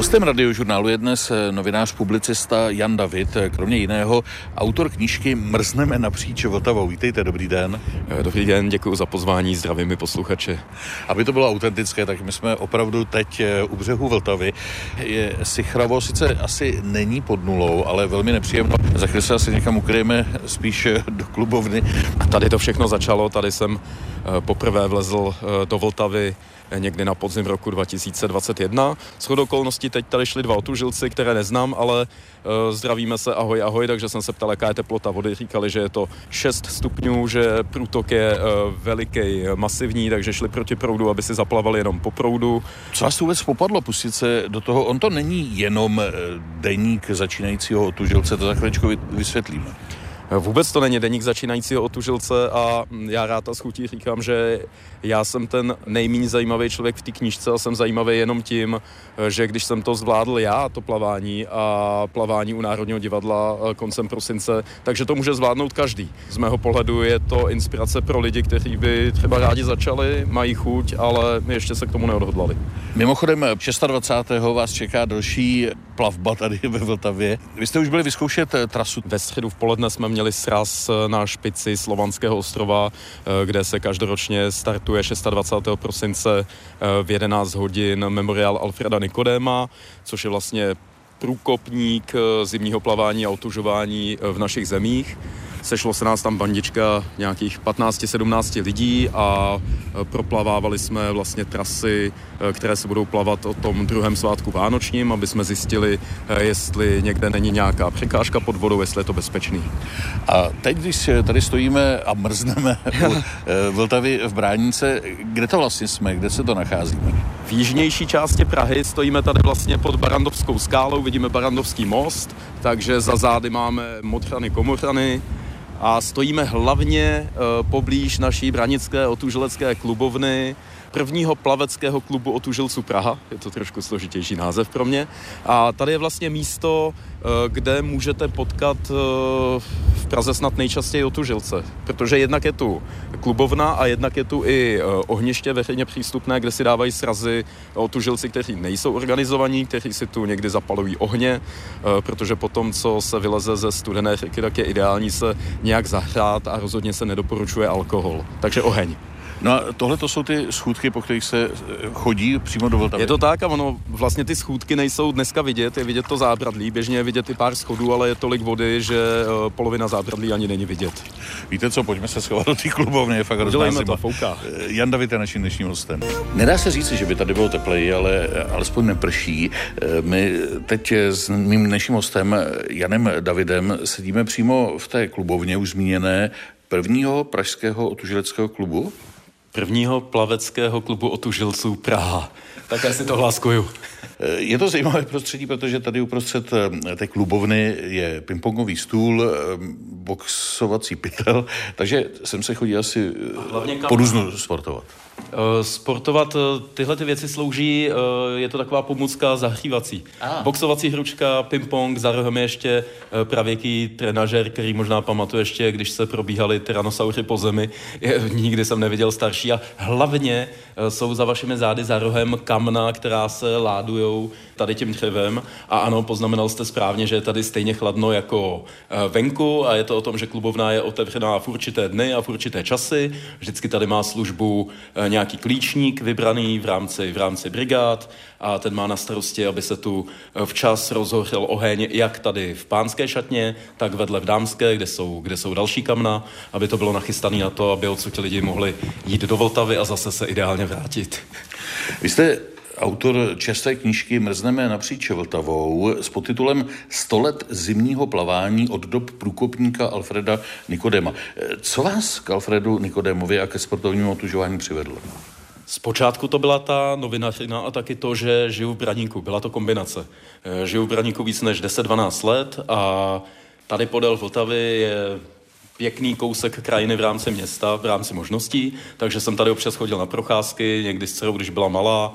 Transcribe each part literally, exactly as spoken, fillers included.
Hostem Radiožurnálu je dnes novinář, publicista Jan David, kromě jiného autor knížky Mrzneme napříč Vltavou. Vítejte, dobrý den. Dobrý den, děkuji za pozvání, zdravím posluchače. Aby to bylo autentické, tak my jsme opravdu teď u břehu Vltavy. Je sichravo, sice asi není pod nulou, ale velmi nepříjemno. Za chvíli se asi někam ukryjeme spíš do klubovny. A tady to všechno začalo, tady jsem poprvé vlezl do Vltavy někdy na podzim roku dva tisíce dvacet jedna. Shodou okolností teď tady šli dva otužilci, které neznám, ale uh, zdravíme se, ahoj, ahoj, takže jsem se ptal, jaká je teplota vody. Říkali, že je to šest stupňů, že průtok je uh, veliký, masivní, takže šli proti proudu, aby si zaplavali jenom po proudu. Co vás vůbec popadlo pustit se do toho? On to není jenom deník začínajícího otužilce, to za chvíličku vysvětlíme. Vůbec to není deník začínajícího otužilce a já rád a s chutí říkám, že já jsem ten nejméně zajímavý člověk v té knížce a jsem zajímavý jenom tím, že když jsem to zvládl já, to plavání a plavání u Národního divadla koncem prosince, takže to může zvládnout každý. Z mého pohledu je to inspirace pro lidi, kteří by třeba rádi začali, mají chuť, ale ještě se k tomu neodhodlali. Mimochodem dvacátého šestého vás čeká další plavba tady ve Vltavě. Vy jste už byli vyzkoušet trasu. Ve středu v poledne jsme měli sraz na špici Slovanského ostrova, kde se každoročně startuje dvacátého šestého prosince v jedenáct hodin memoriál Alfreda Nikodéma, což je vlastně průkopník zimního plavání a otužování v našich zemích. Sešlo se nás tam bandička nějakých patnáct sedmnáct lidí a proplavávali jsme vlastně trasy, které se budou plavat o tom druhém svátku vánočním, aby jsme zjistili, jestli někde není nějaká překážka pod vodou, jestli je to bezpečný. A teď, když tady stojíme a mrzneme u Vltavy v Bránice, kde to vlastně jsme, kde se to nacházíme? V jižnější části Prahy stojíme tady vlastně pod Barandovskou skálou, vidíme Barandovský most, takže za zády máme Modřany, Komořany, a stojíme hlavně uh, poblíž naší branické otužilecké klubovny, prvního plaveckého klubu otužilců Praha, je to trošku složitější název pro mě. A tady je vlastně místo, kde můžete potkat v Praze snad nejčastěji otužilce, protože jednak je tu klubovna a jednak je tu i ohniště veřejně přístupné, kde si dávají srazy otužilci, kteří nejsou organizovaní, kteří si tu někdy zapalují ohně, protože potom, co se vyleze ze studené řeky, tak je ideální se nějak zahrát a rozhodně se nedoporučuje alkohol. Takže oheň. No a tohle to jsou ty schůdky, po kterých se chodí přímo do Vltavy. Je to tak a ono, vlastně ty schůdky nejsou dneska vidět, je vidět to zábradlí, běžně je vidět i pár schodů, ale je tolik vody, že polovina zábradlí ani není vidět. Víte co, pojďme se schovat do té klubovny, je fakt hrozná zima. To, fouká. Jan David je naším dnešním hostem. Nedá se říct, že by tady bylo tepleji, ale alespoň neprší. My teď s mým dnešním hostem Janem Davidem sedíme přímo v té klubovně už zmíněné prvního pražského otužileckého klubu. Prvního plaveckého klubu otužilců Praha. Tak já si to hláskuju. Je to zajímavé prostředí, protože tady uprostřed té klubovny je pingpongový stůl, boxovací pytel, takže jsem se chodil asi po různu sportovat. Sportovat, tyhle ty věci slouží, je to taková pomůcka zahřívací. Ah. Boxovací hručka, ping-pong, za rohem je ještě pravěký trenažer, který možná pamatuje ještě, když se probíhali tyrannosauři po zemi. Nikdy jsem neviděl starší a hlavně jsou za vašimi zády za rohem kamna, která se ládujou tady tím dřevem. A ano, poznamenal jste správně, že je tady stejně chladno jako venku a je to o tom, že klubovna je otevřená v určité dny a v určité časy. Vždycky tady má službu nějaký klíčník vybraný v rámci, v rámci brigád a ten má na starosti, aby se tu včas rozhořel oheň jak tady v pánské šatně, tak vedle v dámské, kde jsou, kde jsou další kamna, aby to bylo nachystané na to, aby odsud ti lidi mohli jít do Vltavy a zase se ideálně vrátit. Vy jste autor čerstvé knížky Mrzneme napříč Vltavou s podtitulem sto let zimního plavání od dob průkopníka Alfreda Nikodéma. Co vás k Alfredu Nikodémovi a ke sportovnímu otužování přivedlo? Zpočátku to byla ta novinařina a taky to, že žiju v Braníku. Byla to kombinace. Žiju v Braníku víc než deset dvanáct let a tady podél Vltavy je pěkný kousek krajiny v rámci města, v rámci možností, takže jsem tady občas chodil na procházky, někdy s dcerou, když byla malá,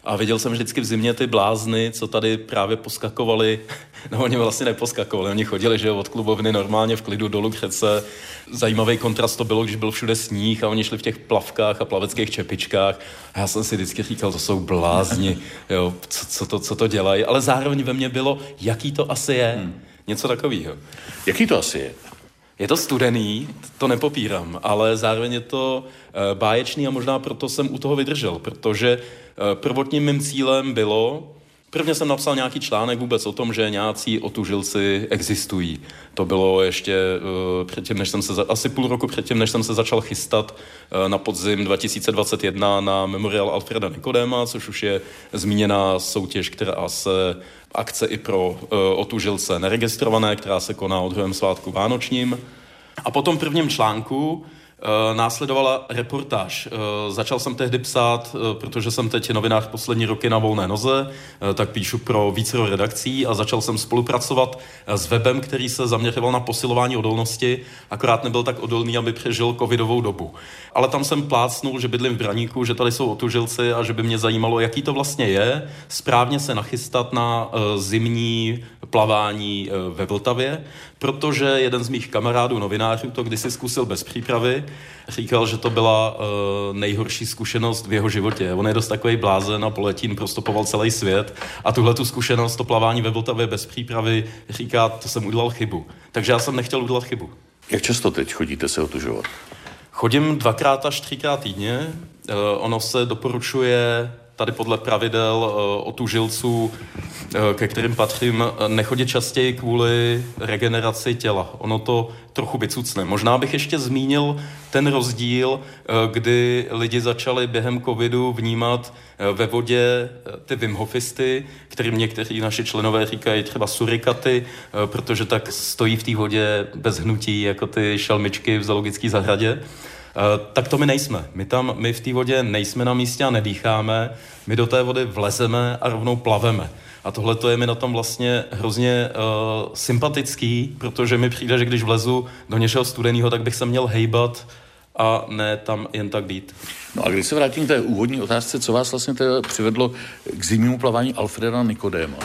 A viděl jsem vždycky v zimě ty blázny, co tady právě poskakovali. No oni vlastně neposkakovali, oni chodili, že od klubovny normálně v klidu dolů k řece. Zajímavý kontrast to bylo, když byl všude sníh a oni šli v těch plavkách a plaveckých čepičkách. A já jsem si vždycky říkal, to jsou blázni, jo, co, co, to, co to dělají. Ale zároveň ve mně bylo, jaký to asi je. Hmm. Něco takového. Jaký to asi je? Je to studený, to nepopírám, ale zároveň je to e, báječný a možná proto jsem u toho vydržel, protože e, prvotním mým cílem bylo, prvně jsem napsal nějaký článek vůbec o tom, že nějací otužilci existují. To bylo ještě e, předtím, než jsem se, asi půl roku předtím, než jsem se začal chystat e, na podzim dva tisíce dvacet jedna na memoriál Alfreda Nikodéma, což už je zmíněná soutěž, která se akce i pro e, otužilce neregistrované, která se koná o druhém svátku vánočním. A po tom prvním článku e, následovala reportáž. E, začal jsem tehdy psát, e, protože jsem teď novinář poslední roky na volné noze, e, tak píšu pro vícero redakcí a začal jsem spolupracovat e, s webem, který se zaměřoval na posilování odolnosti, akorát nebyl tak odolný, aby přežil covidovou dobu. Ale tam jsem plácnul, že bydlím v Braníku, že tady jsou otužilci a že by mě zajímalo, jaký to vlastně je, správně se nachystat na e, zimní plavání e, ve Vltavě, protože jeden z mých kamarádů novinářů to kdysi zkusil bez přípravy. Říkal, že to byla e, nejhorší zkušenost v jeho životě. On je dost takový blázen a po letín prostopoval celý svět a tuhle tu zkušenost, to plavání ve Vltavě bez přípravy, říká, to jsem udělal chybu. Takže já jsem nechtěl udělat chybu. Jak často teď chodíte se otužovat? Chodím dvakrát až třikrát týdně. E, ono se doporučuje tady podle pravidel e, otužilců, e, ke kterým patřím, nechodit častěji kvůli regeneraci těla. Ono to trochu vycucne. Možná bych ještě zmínil ten rozdíl, e, kdy lidi začali během covidu vnímat e, ve vodě e, ty Wim Hofisty, kterým někteří naši členové říkají třeba surikaty, e, protože tak stojí v té vodě bez hnutí, jako ty šelmičky v zoologické zahradě. Uh, tak to my nejsme. My tam, my v té vodě nejsme na místě a nedýcháme. My do té vody vlezeme a rovnou plaveme. A tohle to je mi na tom vlastně hrozně uh, sympatický, protože mi přijde, že když vlezu do něčeho studeného, tak bych se měl hejbat a ne tam jen tak být. No a když se vrátím k té úvodní otázce, co vás vlastně teda přivedlo k zimnímu plavání Alfreda Nikodéma?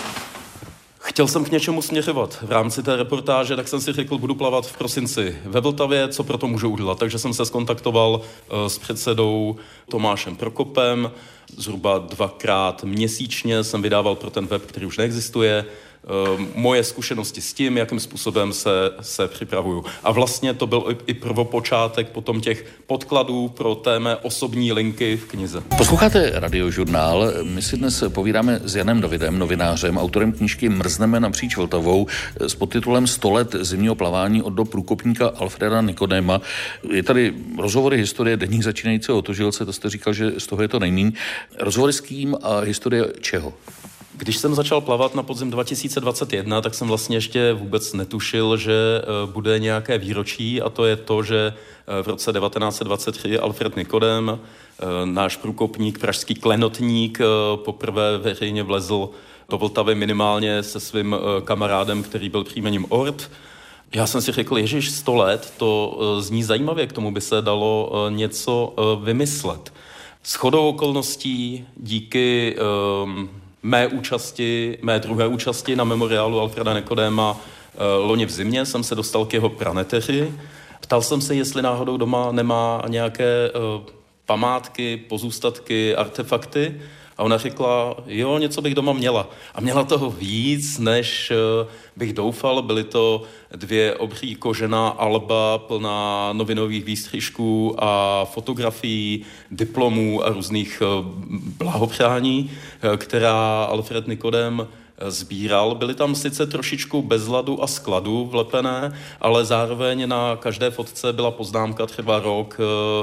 Chtěl jsem k něčemu směřovat. V rámci té reportáže, tak jsem si řekl, budu plavat v prosinci ve Vltavě, co pro to můžu udělat. Takže jsem se skontaktoval uh, s předsedou Tomášem Prokopem. Zhruba dvakrát měsíčně jsem vydával pro ten web, který už neexistuje, uh, moje zkušenosti s tím, jakým způsobem se, se připravuju. A vlastně to byl i, i prvopočátek potom těch podkladů pro té mé osobní linky v knize. Posloucháte Radiožurnál. My si dnes povídáme s Janem Davidem, novinářem, autorem knížky Mrzneme napříč Vltavou s podtitulem sto let zimního plavání od do průkopníka Alfreda Nikodéma. Je tady rozhovory historie deník začínajícího otužilce, to jste říkal, že z toho je to nejmíň. Rozhovory s kým a historie čeho? Když jsem začal plavat na podzim dva tisíce dvacet jedna, tak jsem vlastně ještě vůbec netušil, že bude nějaké výročí, a to je to, že v roce devatenáct set dvacet tři Alfred Nikodém, náš průkopník, pražský klenotník, poprvé veřejně vlezl do Vltavy minimálně se svým kamarádem, který byl příjmením Ort. Já jsem si řekl, ježiš, sto let, to zní zajímavě, k tomu by se dalo něco vymyslet. Shodou okolností díky um, mé účasti, mé druhé účasti na memoriálu Alfreda Nikodéma uh, loni v zimě jsem se dostal k jeho praneteři. Ptal jsem se, jestli náhodou doma nemá nějaké uh, památky, pozůstatky, artefakty. A ona řekla, jo, něco bych doma měla. A měla toho víc, než uh, bych doufal. Byly to dvě obří kožená alba plná novinových výstřižků a fotografií, diplomů a různých uh, blahopřání, uh, která Alfred Nikodém sbíral. Byly tam sice trošičku bez ladu a skladu vlepené, ale zároveň na každé fotce byla poznámka třeba rok,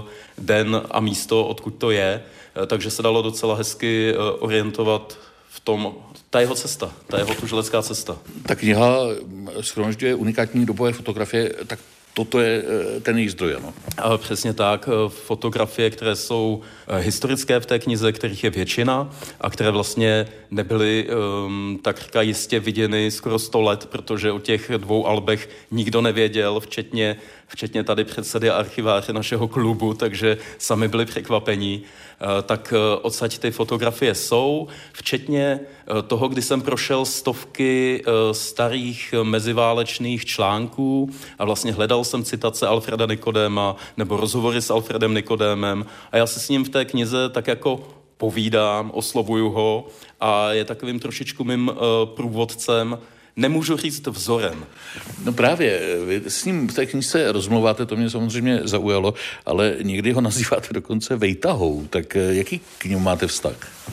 den a místo, odkud to je. Takže se dalo docela hezky orientovat v tom, ta jeho cesta, ta jeho tužilecká cesta. Ta kniha shromažďuje unikátní dobové fotografie, tak toto je ten jejich zdroj, ano? Přesně tak. Fotografie, které jsou historické v té knize, kterých je většina a které vlastně nebyly um, tak jistě viděny skoro sto let, protože o těch dvou albech nikdo nevěděl, včetně včetně tady předsedy a archiváře našeho klubu, takže sami byli překvapení. Tak odsaď ty fotografie jsou, včetně toho, kdy jsem prošel stovky starých meziválečných článků a vlastně hledal jsem citace Alfreda Nikodéma nebo rozhovory s Alfredem Nikodémem a já se s ním v té knize tak jako povídám, oslovuju ho a je takovým trošičku mým průvodcem, nemůžu říct vzorem. No právě, vy s ním v té knižce rozmluváte, to mě samozřejmě zaujalo, ale někdy ho nazýváte dokonce vejtahou, tak jaký k němu máte vztah?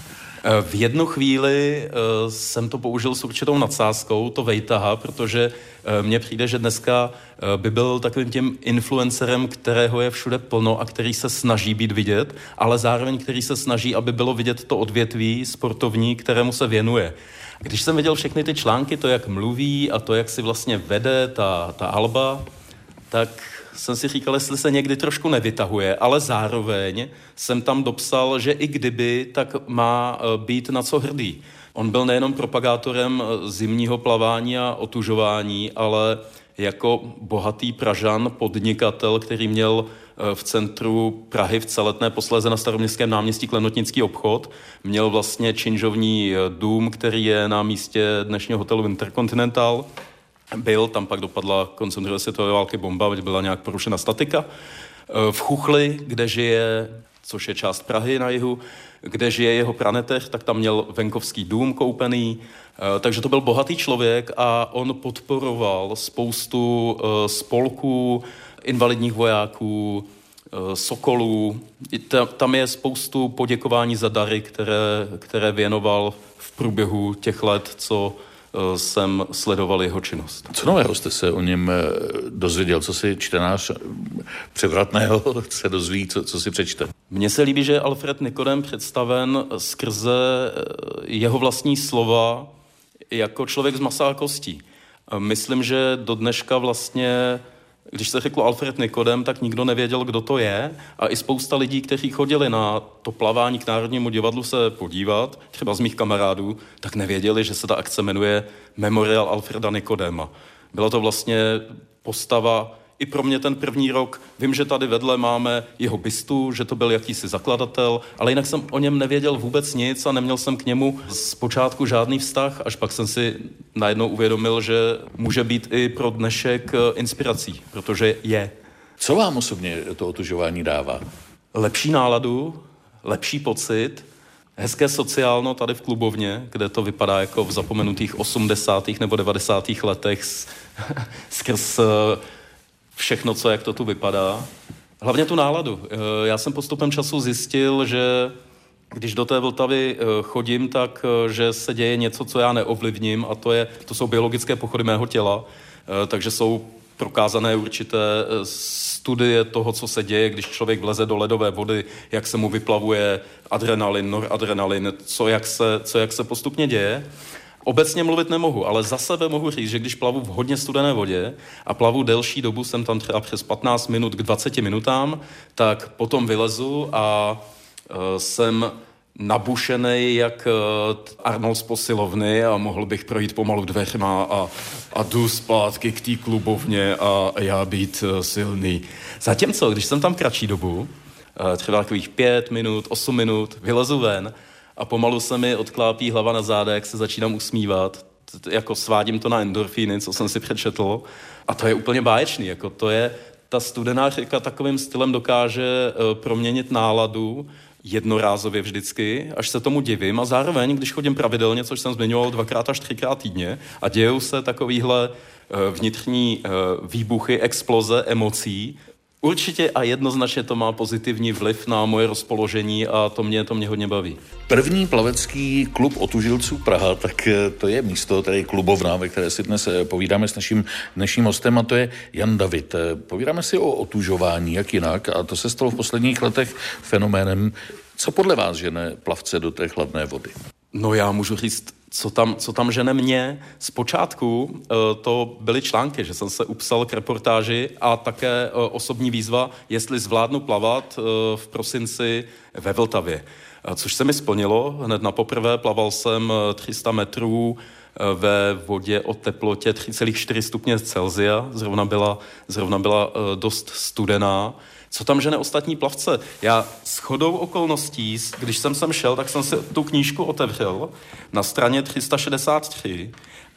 V jednu chvíli uh, jsem to použil s určitou nadsázkou, to vejtaha, protože uh, mně přijde, že dneska uh, by byl takovým tím influencerem, kterého je všude plno a který se snaží být vidět, ale zároveň který se snaží, aby bylo vidět to odvětví sportovní, kterému se věnuje. Když jsem viděl všechny ty články, to, jak mluví a to, jak si vlastně vede ta, ta alba, tak jsem si říkal, jestli se někdy trošku nevytahuje, ale zároveň jsem tam dopsal, že i kdyby, tak má být na co hrdý. On byl nejenom propagátorem zimního plavání a otužování, ale jako bohatý Pražan, podnikatel, který měl v centru Prahy v Celetné, posléze na Staroměstském náměstí Klenotnický obchod, měl vlastně činžovní dům, který je na místě dnešního hotelu Intercontinental. Byl, tam pak dopadla koncem druhé světové války bomba, byla nějak porušena statika. V Chuchli, kde žije, což je část Prahy na jihu, kde žije jeho praneteř, tak tam měl venkovský dům koupený, takže to byl bohatý člověk a on podporoval spoustu spolků, invalidních vojáků, sokolů. Tam je spoustu poděkování za dary, které, které věnoval v průběhu těch let, co jsem sledoval jeho činnost. Co nového jste se o něm dozvěděl? Co si čtenář převratného se dozví, co, co si přečte? Mně se líbí, že je Alfred Nikodém představen skrze jeho vlastní slova jako člověk z masa a kostí. Myslím, že do dneška vlastně, když se řeklo Alfred Nikodém, tak nikdo nevěděl, kdo to je a i spousta lidí, kteří chodili na to plavání k Národnímu divadlu se podívat, třeba z mých kamarádů, tak nevěděli, že se ta akce jmenuje Memorial Alfreda Nikodéma. Byla to vlastně postava i pro mě ten první rok. Vím, že tady vedle máme jeho bystu, že to byl jakýsi zakladatel, ale jinak jsem o něm nevěděl vůbec nic a neměl jsem k němu zpočátku žádný vztah, až pak jsem si najednou uvědomil, že může být i pro dnešek inspirací, protože je. Co vám osobně to otužování dává? Lepší náladu, lepší pocit, hezké sociálno tady v klubovně, kde to vypadá jako v zapomenutých osmdesátých nebo devadesátých letech skrz všechno, co jak to tu vypadá. Hlavně tu náladu. Já jsem postupem času zjistil, že když do té Vltavy chodím, tak že se děje něco, co já neovlivním a to, je, to jsou biologické pochody mého těla, takže jsou prokázané určité studie toho, co se děje, když člověk vleze do ledové vody, jak se mu vyplavuje adrenalin, noradrenalin, co jak se, co jak se postupně děje. Obecně mluvit nemohu, ale za sebe mohu říct, že když plavu v hodně studené vodě a plavu delší dobu, jsem tam třeba přes patnáct minut k dvaceti minutám, tak potom vylezu a uh, jsem nabušenej jak uh, Arnold z posilovny a mohl bych projít pomalu dveřma a, a jdu zpátky k té klubovně a já být uh, silný. Zatímco, když jsem tam kratší dobu, uh, třeba takových pět minut, osm minut, vylezu ven, a pomalu se mi odklápí hlava na zádech, se začínám usmívat, jako svádím to na endorfíny, co jsem si přečetl. A to je úplně báječný, jako to je, ta studená řeka takovým stylem dokáže uh, proměnit náladu jednorázově vždycky, až se tomu divím. A zároveň, když chodím pravidelně, což jsem zmiňoval dvakrát až třikrát týdně, a dějou se takovýhle uh, vnitřní uh, výbuchy, exploze emocí, určitě a jednoznačně to má pozitivní vliv na moje rozpoložení a to mě, to mě hodně baví. První plavecký klub otužilců Praha, tak to je místo, tady klubovna, ve které si dnes povídáme s naším dnešním hostem, a to je Jan David. Povídáme si o otužování, jak jinak, a to se stalo v posledních letech fenoménem. Co podle vás žene plavce do té chladné vody? No já můžu říct, co tam, co tam žene mě. Zpočátku uh, to byly články, že jsem se upsal k reportáži a také uh, osobní výzva, jestli zvládnu plavat uh, v prosinci ve Vltavě. Uh, což se mi splnilo. Hned na poprvé plaval jsem tři sta metrů ve vodě o teplotě tři celá čtyři stupně Celsia. Zrovna byla, zrovna byla dost studená. Co tam žene ostatní plavce? Já shodou okolností, když jsem sem šel, tak jsem si tu knížku otevřel na straně tři sta šedesát tři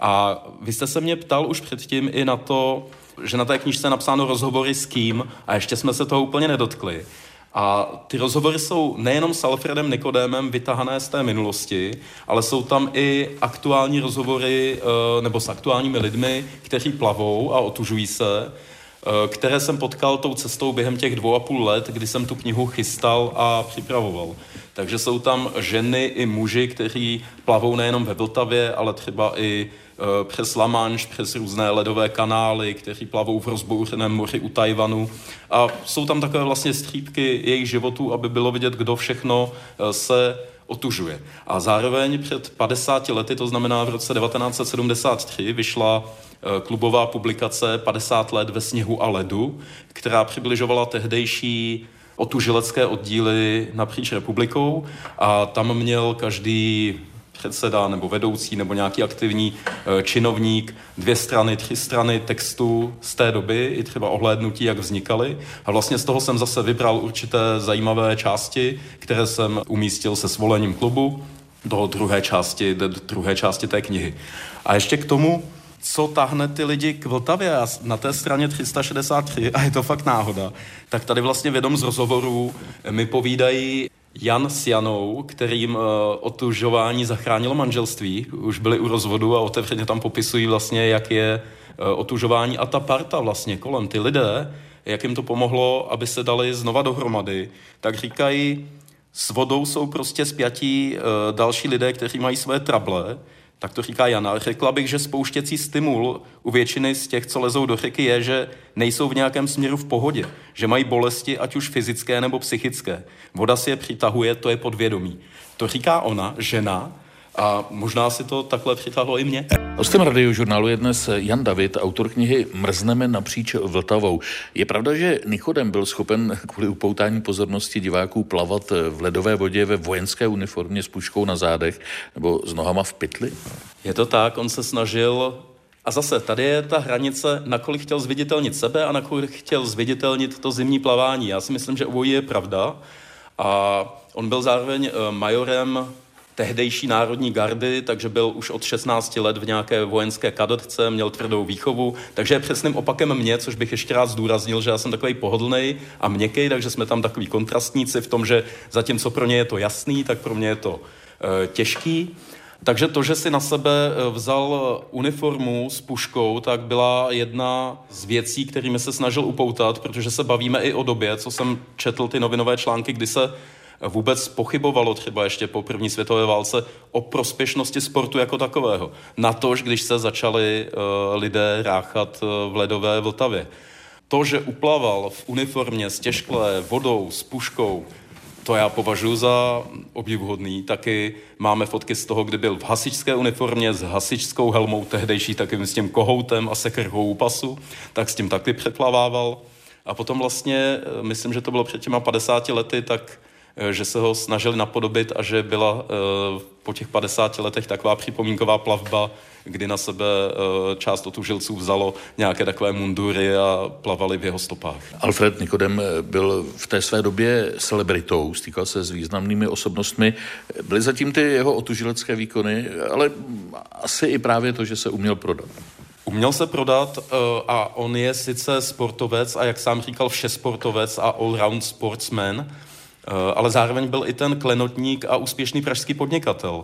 a vy jste se mě ptal už předtím i na to, že na té knížce je napsáno rozhovory s kým a ještě jsme se toho úplně nedotkli. A ty rozhovory jsou nejenom s Alfredem Nikodémem vytahané z té minulosti, ale jsou tam i aktuální rozhovory nebo s aktuálními lidmi, kteří plavou a otužují se, které jsem potkal tou cestou během těch dvou a půl let, kdy jsem tu knihu chystal a připravoval. Takže jsou tam ženy i muži, kteří plavou nejenom ve Vltavě, ale třeba i přes La Manche, přes různé ledové kanály, kteří plavou v rozbouřeném moři u Tajvanu. A jsou tam takové vlastně střípky jejich životů, aby bylo vidět, kdo všechno se otužuje. A zároveň před padesáti lety, to znamená v roce devatenáct set sedmdesát tři, vyšla klubová publikace padesát let ve sněhu a ledu, která přibližovala tehdejší otužilecké oddíly napříč republikou a tam měl každý předseda nebo vedoucí nebo nějaký aktivní činovník dvě strany, tři strany textu z té doby, i třeba ohlédnutí, jak vznikaly. A vlastně z toho jsem zase vybral určité zajímavé části, které jsem umístil se svolením klubu do druhé části, do druhé části té knihy. A ještě k tomu, co tahne ty lidi k Vltavě, na té straně tři sta šedesát tři, a je to fakt náhoda, tak tady vlastně v jednom z rozhovorů mi povídají Jan s Janou, kterým uh, otužování zachránilo manželství, už byli u rozvodu a otevřeně tam popisují vlastně, jak je uh, otužování a ta parta vlastně kolem, ty lidé, jak jim to pomohlo, aby se dali znova dohromady, tak říkají, s vodou jsou prostě spjatí uh, další lidé, kteří mají své trable. Tak to říká Jana. Řekla bych, že spouštěcí stimul u většiny z těch, co lezou do řeky, je, že nejsou v nějakém směru v pohodě, že mají bolesti, ať už fyzické nebo psychické. Voda si je přitahuje, to je podvědomí. To říká ona, žena, a možná si to takhle přitáhlo i mě. Hostem Radiožurnálu je dnes Jan David, autor knihy Mrzneme napříč Vltavou. Je pravda, že Nikodem byl schopen kvůli upoutání pozornosti diváků plavat v ledové vodě ve vojenské uniformě s puškou na zádech nebo s nohama v pytli? Je to tak, on se snažil. A zase, tady je ta hranice, nakolik chtěl zviditelnit sebe a nakolik chtěl zviditelnit to zimní plavání. Já si myslím, že obojí je pravda. A on byl zároveň majorem tehdejší národní gardy, takže byl už od šestnácti let v nějaké vojenské kadetce, měl tvrdou výchovu, takže je přesným opakem mě, což bych ještě rád zdůraznil, že já jsem takový pohodlnej a měkkej, takže jsme tam takový kontrastníci v tom, že zatímco pro ně je to jasný, tak pro mě je to e, těžký. Takže to, že si na sebe vzal uniformu s puškou, tak byla jedna z věcí, kterými se snažil upoutat, protože se bavíme i o době, co jsem četl ty novinové články, kdy se vůbec pochybovalo třeba ještě po první světové válce o prospěšnosti sportu jako takového. Natož, když se začali uh, lidé ráchat uh, v ledové Vltavě. To, že uplaval v uniformě s těžklé vodou, s puškou, to já považuji za obdivuhodný. Taky máme fotky z toho, kdy byl v hasičské uniformě s hasičskou helmou, tehdejší takovým s tím kohoutem a sekerkou u pasu, tak s tím taky přeplavával. A potom vlastně, myslím, že to bylo před těma padesáti lety, tak že se ho snažili napodobit a že byla uh, po těch padesáti letech taková připomínková plavba, kdy na sebe uh, část otužilců vzalo nějaké takové mundury a plavali v jeho stopách. Alfred Nikodem byl v té své době celebritou, stýkal se s významnými osobnostmi. Byly zatím ty jeho otužilecké výkony, ale asi i právě to, že se uměl prodat. Uměl se prodat uh, a on je sice sportovec a jak sám říkal všesportovec a all-round sportsman, ale zároveň byl i ten klenotník a úspěšný pražský podnikatel.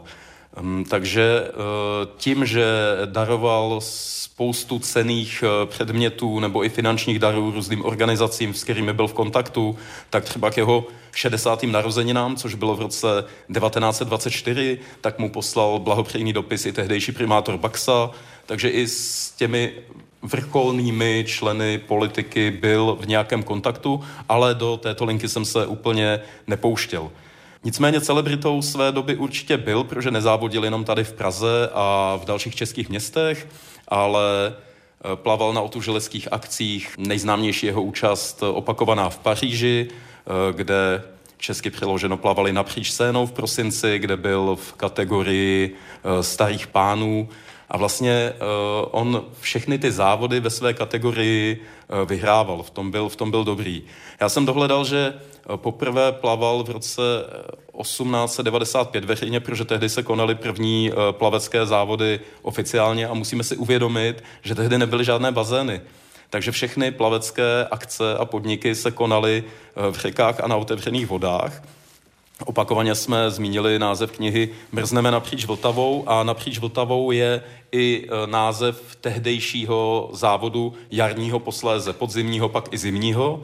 Takže tím, že daroval spoustu cenných předmětů nebo i finančních darů různým organizacím, s kterými byl v kontaktu, tak třeba k jeho šedesátým narozeninám, což bylo v roce devatenáct set dvacet čtyři, tak mu poslal blahopřejný dopis i tehdejší primátor Baxa, takže i s těmi vrcholnými členy politiky byl v nějakém kontaktu, ale do této linky jsem se úplně nepouštěl. Nicméně celebritou své doby určitě byl, protože nezávodil jenom tady v Praze a v dalších českých městech, ale plaval na otužileckých akcích. Nejznámější jeho účast opakovaná v Paříži, kde česky přeloženo plavali napříč Sénou v prosinci, kde byl v kategorii starých pánů. A vlastně uh, on všechny ty závody ve své kategorii uh, vyhrával, v tom, byl, v tom byl dobrý. Já jsem dohledal, že uh, poprvé plaval v roce osmnáct set devadesát pět veřejně, protože tehdy se konaly první uh, plavecké závody oficiálně a musíme si uvědomit, že tehdy nebyly žádné bazény. Takže všechny plavecké akce a podniky se konaly uh, v řekách a na otevřených vodách. Opakovaně jsme zmínili název knihy Mrzneme napříč Vltavou a napříč Vltavou je i název tehdejšího závodu jarního, posléze podzimního, pak i zimního.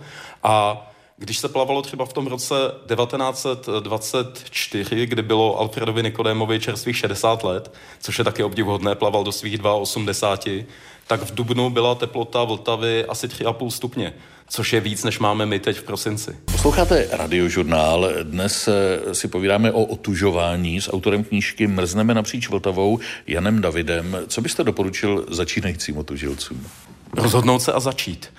A když se plavalo třeba v tom roce devatenáct set dvacet čtyři, kdy bylo Alfredovi Nikodémovi čerstvých šedesát let, což je taky obdivuhodné, plaval do svých osmdesáti dva, tak v dubnu byla teplota Vltavy asi tři a půl stupně, což je víc, než máme my teď v prosinci. Posloucháte Radiožurnál. Dnes si povídáme o otužování s autorem knížky Mrzneme napříč Vltavou Janem Davidem. Co byste doporučil začínajícím otužilcům? Rozhodnout se a začít.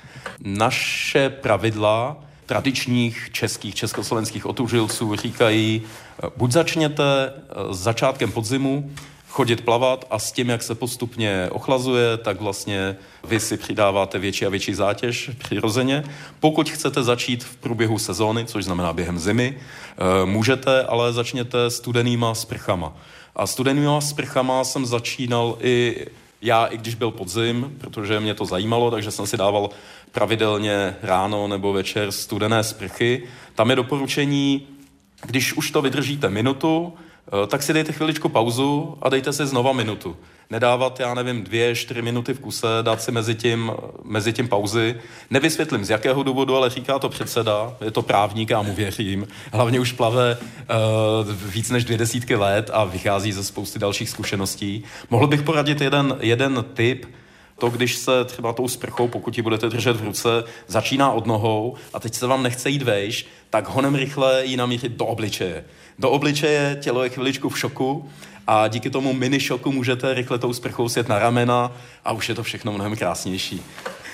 Naše pravidla tradičních českých, československých otužilců říkají, buď začněte s začátkem podzimu chodit plavat a s tím, jak se postupně ochlazuje, tak vlastně vy si přidáváte větší a větší zátěž přirozeně. Pokud chcete začít v průběhu sezóny, což znamená během zimy, můžete, ale začněte studenýma sprchama. A studenýma sprchama jsem začínal i já, i když byl podzim, protože mě to zajímalo, takže jsem si dával pravidelně ráno nebo večer studené sprchy. Tam je doporučení, když už to vydržíte minutu, tak si dejte chviličku pauzu a dejte si znova minutu. Nedávat, já nevím, dvě, čtyři minuty v kuse, dát si mezi tím, mezi tím pauzy. Nevysvětlím z jakého důvodu, ale říká to předseda, je to právník, já mu věřím. Hlavně už plave uh, víc než dvě desítky let a vychází ze spousty dalších zkušeností. Mohl bych poradit jeden, jeden tip, to, když se třeba tou sprchou, pokud ji budete držet v ruce, začíná od nohou a teď se vám nechce jít vejš, tak honem rychle ji namířit do obličeje. Do obličeje, tělo je chviličku v šoku a díky tomu mini šoku můžete rychle tou sprchou sjet na ramena a už je to všechno mnohem krásnější.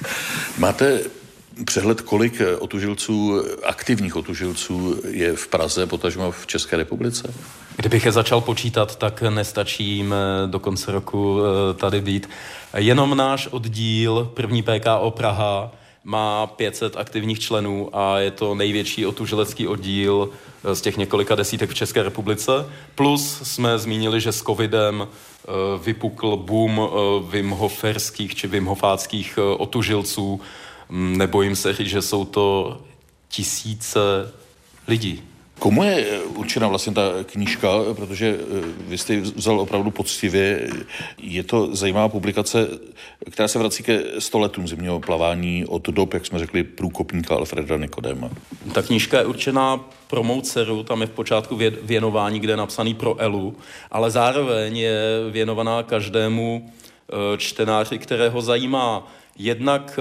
Máte přehled, kolik otužilců, aktivních otužilců je v Praze, potažmo v České republice? Kdybych je začal počítat, tak nestačím do konce roku tady být. Jenom náš oddíl, první P K O Praha, má pět set aktivních členů a je to největší otužilecký oddíl z těch několika desítek v České republice. Plus jsme zmínili, že s covidem vypukl boom Wim Hoferských či Wim Hofáckých otužilců. Nebojím se říct, že jsou to tisíce lidí. Komu je určena vlastně ta knížka, protože vy jste ji vzal opravdu poctivě. Je to zajímavá publikace, která se vrací ke sto letům zimního plavání od dob, jak jsme řekli, průkopníka Alfreda Nikodéma. Ta knížka je určená pro mou dceru, tam je v počátku věnování, kde je napsaný pro Elu, ale zároveň je věnovaná každému čtenáři, kterého zajímá jednak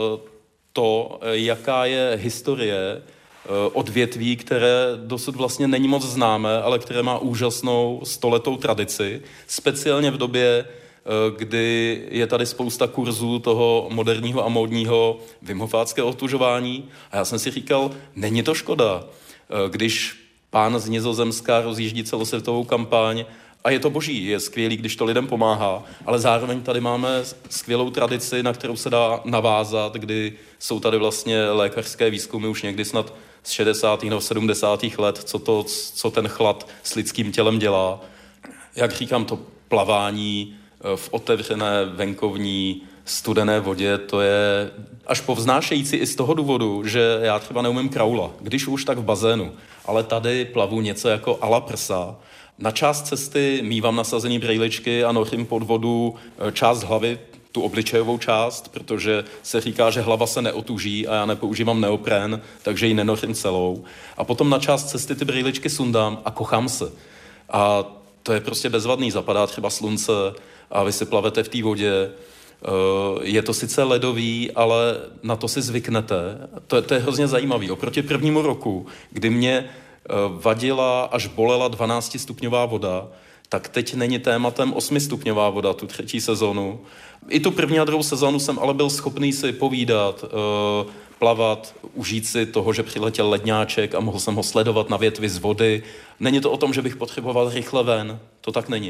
to, jaká je historie odvětví, které dosud vlastně není moc známé, ale které má úžasnou stoletou tradici, speciálně v době, kdy je tady spousta kurzů toho moderního a módního Wim Hofáckého otužování. A já jsem si říkal, není to škoda, když pán z Nizozemska rozjíždí celosvětovou kampaň a je to boží, je skvělý, když to lidem pomáhá, ale zároveň tady máme skvělou tradici, na kterou se dá navázat, kdy jsou tady vlastně lékařské výzkumy už někdy snad z šedesátých nebo sedmdesátých let, co, to, co ten chlad s lidským tělem dělá. Jak říkám, to plavání v otevřené venkovní studené vodě, to je až povznášející i z toho důvodu, že já třeba neumím kraula, když už tak v bazénu, ale tady plavu něco jako ala prsa. Na část cesty mívám nasazený brejličky a nořím pod vodu část hlavy, tu obličejovou část, protože se říká, že hlava se neotuží a já nepoužívám neopren, takže ji nenořím celou. A potom na část cesty ty brejličky sundám a kochám se. A to je prostě bezvadný, zapadá třeba slunce a vy si plavete v té vodě. Je to sice ledový, ale na to si zvyknete. To je, to je hrozně zajímavý. Oproti prvnímu roku, kdy mě vadila až bolela dvanáctistupňová voda, tak teď není tématem osmistupňová voda, tu třetí sezonu. I tu první a druhou sezonu jsem ale byl schopný si povídat, plavat, užít si toho, že přiletěl ledňáček a mohl jsem ho sledovat na větvi z vody. Není to o tom, že bych potřeboval rychle ven, to tak není.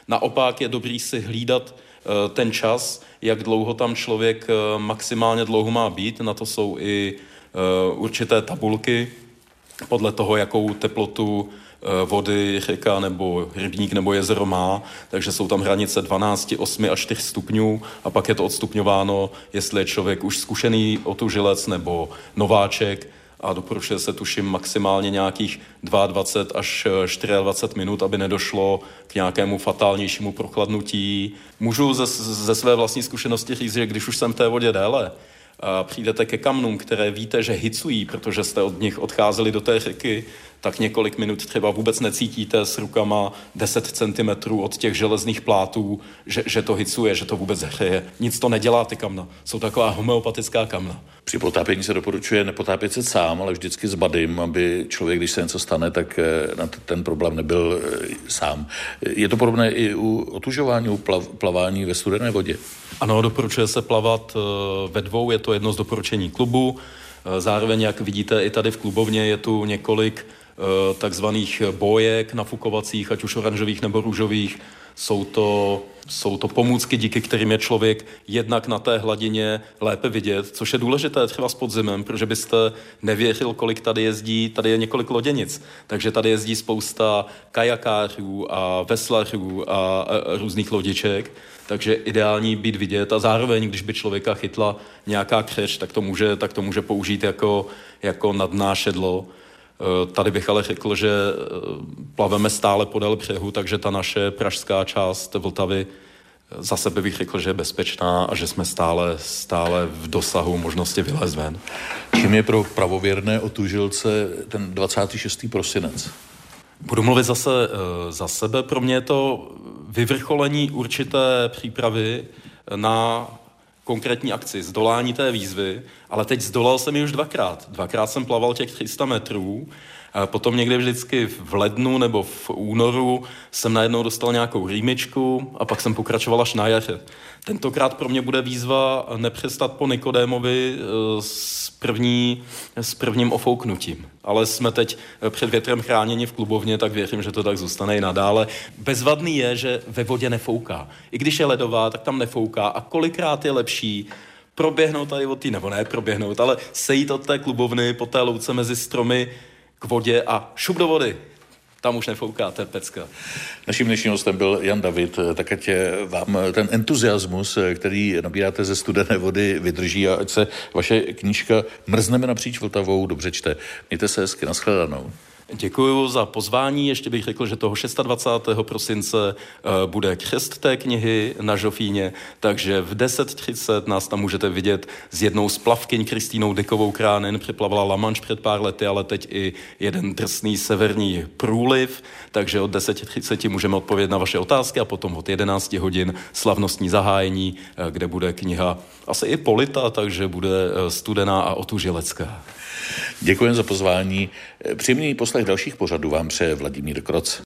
Naopak je dobrý si hlídat ten čas, jak dlouho tam člověk maximálně dlouho má být. Na to jsou i určité tabulky podle toho, jakou teplotu vody řeka nebo rybník nebo jezero má, takže jsou tam hranice dvanáct, osm a čtyři stupňů a pak je to odstupňováno, jestli je člověk už zkušený otužilec nebo nováček a doporučuje se tuším maximálně nějakých dvacet dva až dvacet čtyři minut, aby nedošlo k nějakému fatálnějšímu prochladnutí. Můžu ze, ze své vlastní zkušenosti říct, že když už jsem v té vodě déle, a přijdete ke kamnům, které víte, že hycují, protože jste od nich odcházeli do té řeky, tak několik minut třeba vůbec necítíte s rukama deset centimetrů od těch železných plátů, že, že to hycuje, že to vůbec hřeje. Nic to nedělá ty kamna. Jsou taková homeopatická kamna. Při potápění se doporučuje nepotápět se sám, ale vždycky s badym, aby člověk, když se něco stane, tak na ten problém nebyl sám. Je to podobné i u otužování, u plav, plavání ve studené vodě? Ano, doporučuje se plavat ve dvou, je to jedno z doporučení klubu. Zároveň, jak vidíte, i tady v klubovně je tu několik takzvaných bójek nafukovacích, ať už oranžových nebo růžových. Jsou to, jsou to pomůcky, díky kterým je člověk jednak na té hladině lépe vidět, což je důležité třeba s podzimem, protože byste nevěřil, kolik tady jezdí, tady je několik loděnic, takže tady jezdí spousta kajakářů a veslařů a, a různých lodiček, takže ideální být vidět a zároveň, když by člověka chytla nějaká křeč, tak to může, tak to může použít jako, jako nadnášedlo. Tady bych ale řekl, že plaveme stále podél břehu, takže ta naše pražská část Vltavy za sebe bych řekl, že je bezpečná a že jsme stále, stále v dosahu možnosti vylézt ven. Čím je pro pravověrné otužilce ten dvacátého šestého prosince? Budu mluvit zase za sebe. Pro mě je to vyvrcholení určité přípravy na konkrétní akci, zdolání té výzvy, ale teď zdolal jsem ji už dvakrát. Dvakrát jsem plaval těch tři sta metrů, potom někdy vždycky v lednu nebo v únoru jsem najednou dostal nějakou rýmičku a pak jsem pokračoval až na jaře. Tentokrát pro mě bude výzva nepřestat po Nikodémovi s, první, s prvním ofouknutím. Ale jsme teď před větrem chráněni v klubovně, tak věřím, že to tak zůstane i nadále. Bezvadný je, že ve vodě nefouká. I když je ledová, tak tam nefouká a kolikrát je lepší proběhnout tady od té, nebo ne proběhnout, ale sejít od té klubovny po té louce mezi stromy k vodě a šup do vody. Tam už nefouká, to je pecka. Naším dnešním hostem byl Jan David, tak ať vám ten entuziasmus, který nabíráte ze studené vody, vydrží a ať se vaše knížka Mrzneme napříč Vltavou dobře čte. Mějte se hezky, nashledanou. Děkuji za pozvání. Ještě bych řekl, že toho dvacátého šestého prosince bude křest té knihy na Žofíně, takže v deset třicet nás tam můžete vidět s jednou z plavkyň Kristýnou Dykovou Kránen. Přeplavala La Manche před pár lety, ale teď i jeden drsný severní průliv, takže od deset třicet můžeme odpovědět na vaše otázky a potom od jedenáct hodin slavnostní zahájení, kde bude kniha asi i polita, takže bude studená a otužilecká. Děkujeme za pozvání. Příjemný poslech dalších pořadů vám přeje Vladimír Kroc.